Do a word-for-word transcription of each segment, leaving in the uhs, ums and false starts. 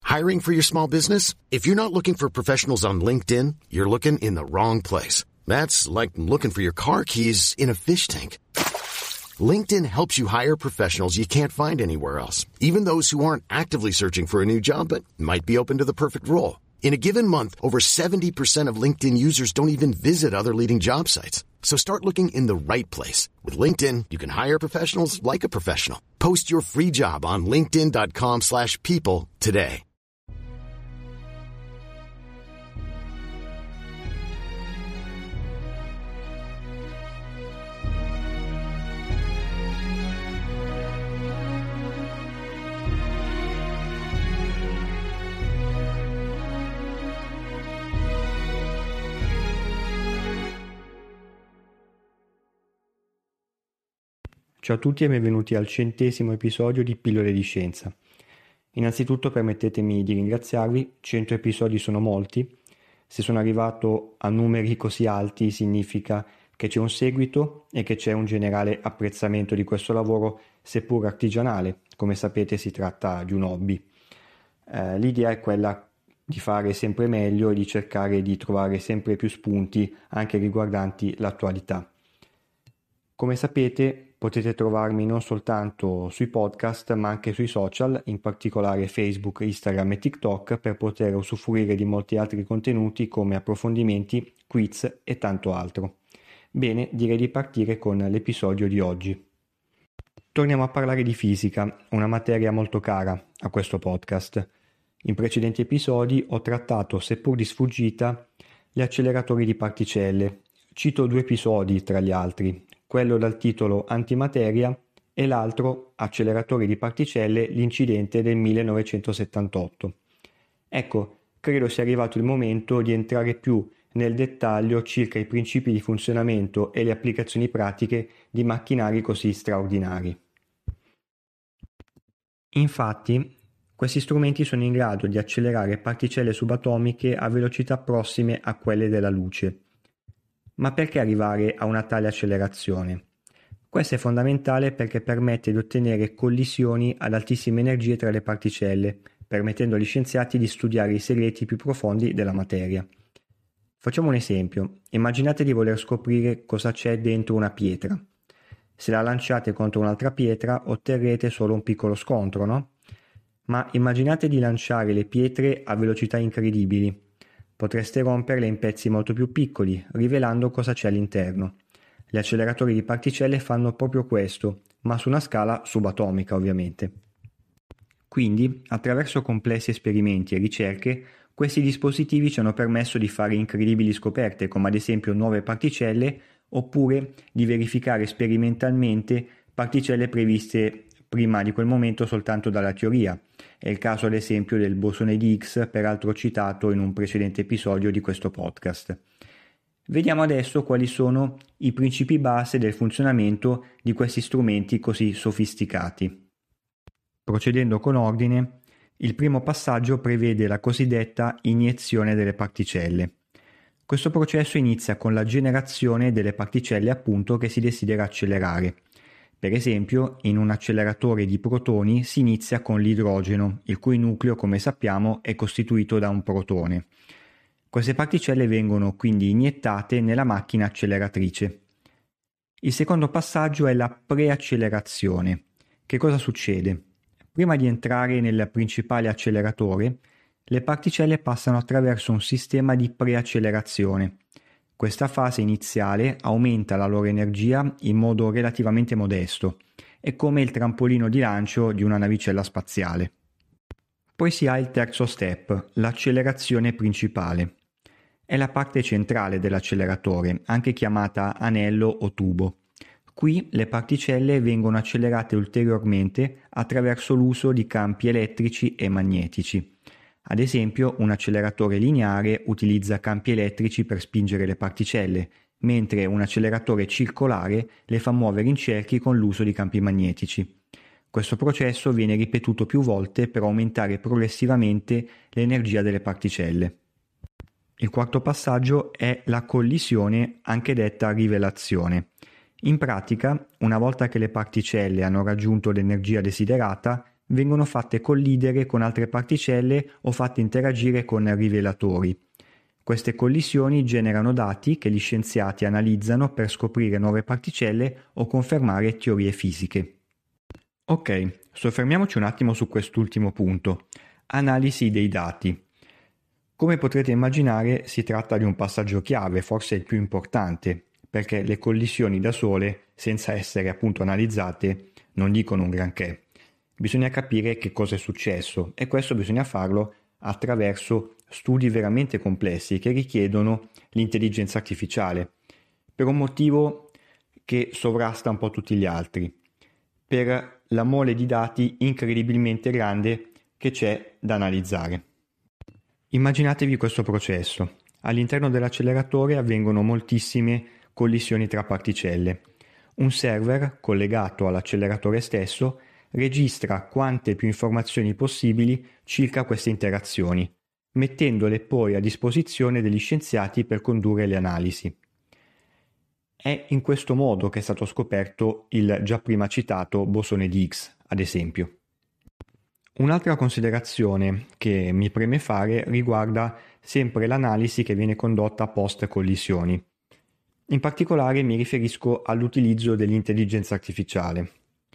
Hiring for your small business? If you're not looking for professionals on LinkedIn, you're looking in the wrong place. That's like looking for your car keys in a fish tank. LinkedIn helps you hire professionals you can't find anywhere else, even those who aren't actively searching for a new job but might be open to the perfect role. In a given month, over seventy percent of LinkedIn users don't even visit other leading job sites. So start looking in the right place. With LinkedIn, you can hire professionals like a professional. Post your free job on linkedin.com slash people today. Ciao a tutti e benvenuti al centesimo episodio di Pillole di Scienza. Innanzitutto permettetemi di ringraziarvi, cento episodi sono molti. Se sono arrivato a numeri così alti significa che c'è un seguito e che c'è un generale apprezzamento di questo lavoro, seppur artigianale. Come sapete si tratta di un hobby. Eh, l'idea è quella di fare sempre meglio e di cercare di trovare sempre più spunti anche riguardanti l'attualità. Come sapete potete trovarmi non soltanto sui podcast ma anche sui social, in particolare Facebook, Instagram e TikTok, per poter usufruire di molti altri contenuti come approfondimenti, quiz e tanto altro. Bene, direi di partire con l'episodio di oggi. Torniamo a parlare di fisica, una materia molto cara a questo podcast. In precedenti episodi ho trattato, seppur di sfuggita, gli acceleratori di particelle. Cito due episodi tra gli altri, quello dal titolo Antimateria e l'altro Acceleratori di particelle, l'incidente del millenovecentosettantotto. Ecco, credo sia arrivato il momento di entrare più nel dettaglio circa i principi di funzionamento e le applicazioni pratiche di macchinari così straordinari. Infatti, questi strumenti sono in grado di accelerare particelle subatomiche a velocità prossime a quelle della luce. Ma perché arrivare a una tale accelerazione? Questo è fondamentale perché permette di ottenere collisioni ad altissime energie tra le particelle, permettendo agli scienziati di studiare i segreti più profondi della materia. Facciamo un esempio. Immaginate di voler scoprire cosa c'è dentro una pietra. Se la lanciate contro un'altra pietra otterrete solo un piccolo scontro, no? Ma immaginate di lanciare le pietre a velocità incredibili. Potreste romperle in pezzi molto più piccoli, rivelando cosa c'è all'interno. Gli acceleratori di particelle fanno proprio questo, ma su una scala subatomica ovviamente. Quindi, attraverso complessi esperimenti e ricerche, questi dispositivi ci hanno permesso di fare incredibili scoperte, come ad esempio nuove particelle, oppure di verificare sperimentalmente particelle previste prima di quel momento soltanto dalla teoria. È il caso ad esempio del bosone di Higgs, peraltro citato in un precedente episodio di questo podcast. Vediamo adesso quali sono i principi base del funzionamento di questi strumenti così sofisticati. Procedendo con ordine, il primo passaggio prevede la cosiddetta iniezione delle particelle. Questo processo inizia con la generazione delle particelle appunto che si desidera accelerare. Per esempio, in un acceleratore di protoni si inizia con l'idrogeno, il cui nucleo, come sappiamo, è costituito da un protone. Queste particelle vengono quindi iniettate nella macchina acceleratrice. Il secondo passaggio è la preaccelerazione. Che cosa succede? Prima di entrare nel principale acceleratore, le particelle passano attraverso un sistema di preaccelerazione. Questa fase iniziale aumenta la loro energia in modo relativamente modesto, è come il trampolino di lancio di una navicella spaziale. Poi si ha il terzo step, l'accelerazione principale. È la parte centrale dell'acceleratore, anche chiamata anello o tubo. Qui le particelle vengono accelerate ulteriormente attraverso l'uso di campi elettrici e magnetici. Ad esempio, un acceleratore lineare utilizza campi elettrici per spingere le particelle, mentre un acceleratore circolare le fa muovere in cerchi con l'uso di campi magnetici. Questo processo viene ripetuto più volte per aumentare progressivamente l'energia delle particelle. Il quarto passaggio è la collisione, anche detta rivelazione. In pratica, una volta che le particelle hanno raggiunto l'energia desiderata, vengono fatte collidere con altre particelle o fatte interagire con rivelatori. Queste collisioni generano dati che gli scienziati analizzano per scoprire nuove particelle o confermare teorie fisiche. Ok, soffermiamoci un attimo su quest'ultimo punto. Analisi dei dati. Come potrete immaginare, si tratta di un passaggio chiave, forse il più importante, perché le collisioni da sole, senza essere appunto analizzate, non dicono un granché. Bisogna capire che cosa è successo e questo bisogna farlo attraverso studi veramente complessi che richiedono l'intelligenza artificiale, per un motivo che sovrasta un po' tutti gli altri, per la mole di dati incredibilmente grande che c'è da analizzare. Immaginatevi questo processo. All'interno dell'acceleratore avvengono moltissime collisioni tra particelle. Un server collegato all'acceleratore stesso registra quante più informazioni possibili circa queste interazioni, mettendole poi a disposizione degli scienziati per condurre le analisi. È in questo modo che è stato scoperto il già prima citato bosone di Higgs, ad esempio. Un'altra considerazione che mi preme fare riguarda sempre l'analisi che viene condotta post collisioni. In particolare mi riferisco all'utilizzo dell'intelligenza artificiale.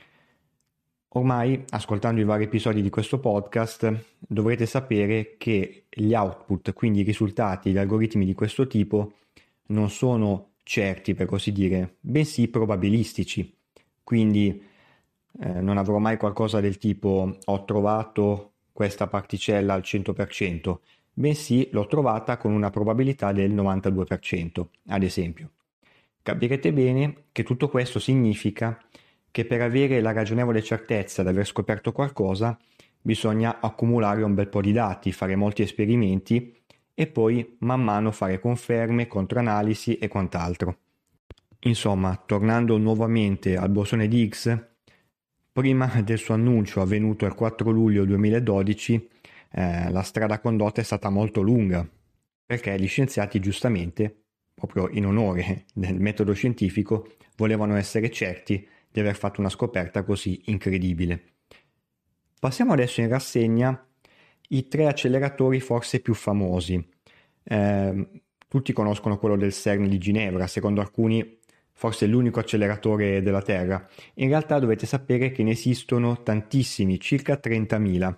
Ormai, ascoltando i vari episodi di questo podcast, dovrete sapere che gli output, quindi i risultati di algoritmi di questo tipo, non sono certi, per così dire, bensì probabilistici. Quindi eh, non avrò mai qualcosa del tipo ho trovato questa particella al cento per cento, bensì l'ho trovata con una probabilità del novantadue per cento, ad esempio. Capirete bene che tutto questo significa che per avere la ragionevole certezza di aver scoperto qualcosa bisogna accumulare un bel po' di dati, fare molti esperimenti e poi man mano fare conferme, controanalisi e quant'altro. Insomma, tornando nuovamente al bosone di Higgs, prima del suo annuncio avvenuto il quattro luglio duemiladodici, eh, la strada condotta è stata molto lunga, perché gli scienziati giustamente, proprio in onore del metodo scientifico, volevano essere certi di aver fatto una scoperta così incredibile. Passiamo adesso in rassegna i tre acceleratori forse più famosi. Eh, tutti conoscono quello del CERN di Ginevra, secondo alcuni forse è l'unico acceleratore della Terra. In realtà dovete sapere che ne esistono tantissimi, circa trentamila.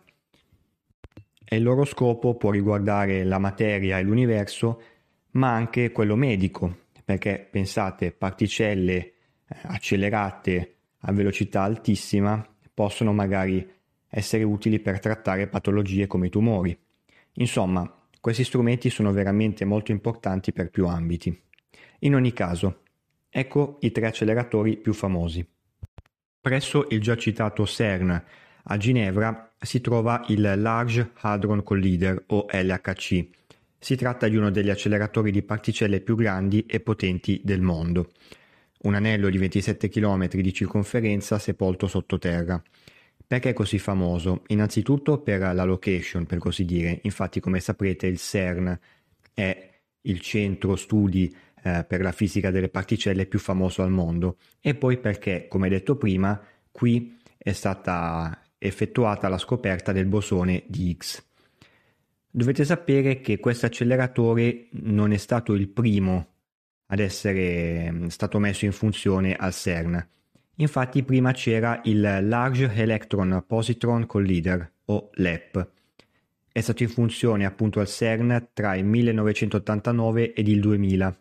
E il loro scopo può riguardare la materia e l'universo, ma anche quello medico, perché pensate, particelle accelerate a velocità altissima possono magari essere utili per trattare patologie come i tumori. Insomma, questi strumenti sono veramente molto importanti per più ambiti. In ogni caso, ecco i tre acceleratori più famosi. Presso il già citato CERN a Ginevra si trova il Large Hadron Collider o L H C. Si tratta di uno degli acceleratori di particelle più grandi e potenti del mondo. Un anello di ventisette chilometri di circonferenza sepolto sottoterra. Perché è così famoso? Innanzitutto per la location, per così dire. Infatti, come saprete, il CERN è il centro studi eh, per la fisica delle particelle più famoso al mondo. E poi perché, come detto prima, qui è stata effettuata la scoperta del bosone di Higgs. Dovete sapere che questo acceleratore non è stato il primo ad essere stato messo in funzione al CERN. Infatti prima c'era il Large Electron Positron Collider o L E P. È stato in funzione appunto al CERN tra il millenovecentottantanove ed il duemila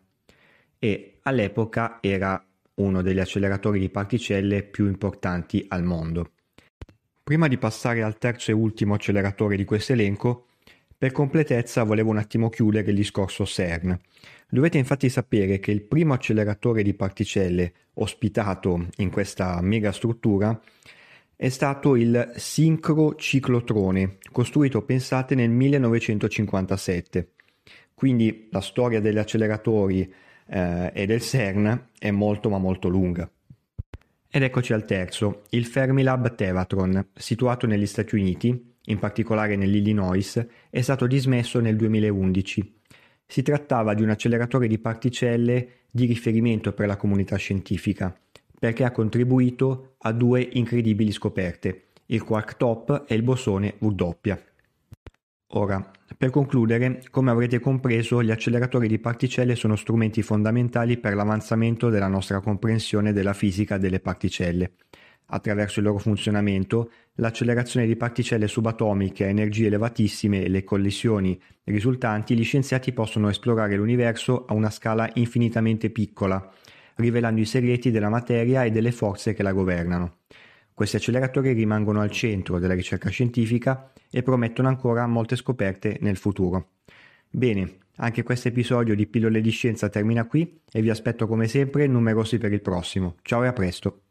e all'epoca era uno degli acceleratori di particelle più importanti al mondo. Prima di passare al terzo e ultimo acceleratore di questo elenco, per completezza volevo un attimo chiudere il discorso CERN. Dovete infatti sapere che il primo acceleratore di particelle ospitato in questa mega struttura è stato il sincrociclotrone, costruito, pensate, nel millenovecentocinquantasette. Quindi la storia degli acceleratori eh, e del CERN è molto ma molto lunga. Ed eccoci al terzo, il Fermilab Tevatron, situato negli Stati Uniti, in particolare nell'Illinois, è stato dismesso nel duemilaundici. Si trattava di un acceleratore di particelle di riferimento per la comunità scientifica, perché ha contribuito a due incredibili scoperte. il quark top e il bosone W. Ora, per concludere, come avrete compreso, gli acceleratori di particelle sono strumenti fondamentali per l'avanzamento della nostra comprensione della fisica delle particelle. Attraverso il loro funzionamento, l'accelerazione di particelle subatomiche a energie elevatissime e le collisioni risultanti, gli scienziati possono esplorare l'universo a una scala infinitamente piccola, rivelando i segreti della materia e delle forze che la governano. Questi acceleratori rimangono al centro della ricerca scientifica e promettono ancora molte scoperte nel futuro. Bene, anche questo episodio di Pillole di Scienza termina qui e vi aspetto come sempre numerosi per il prossimo. Ciao e a presto!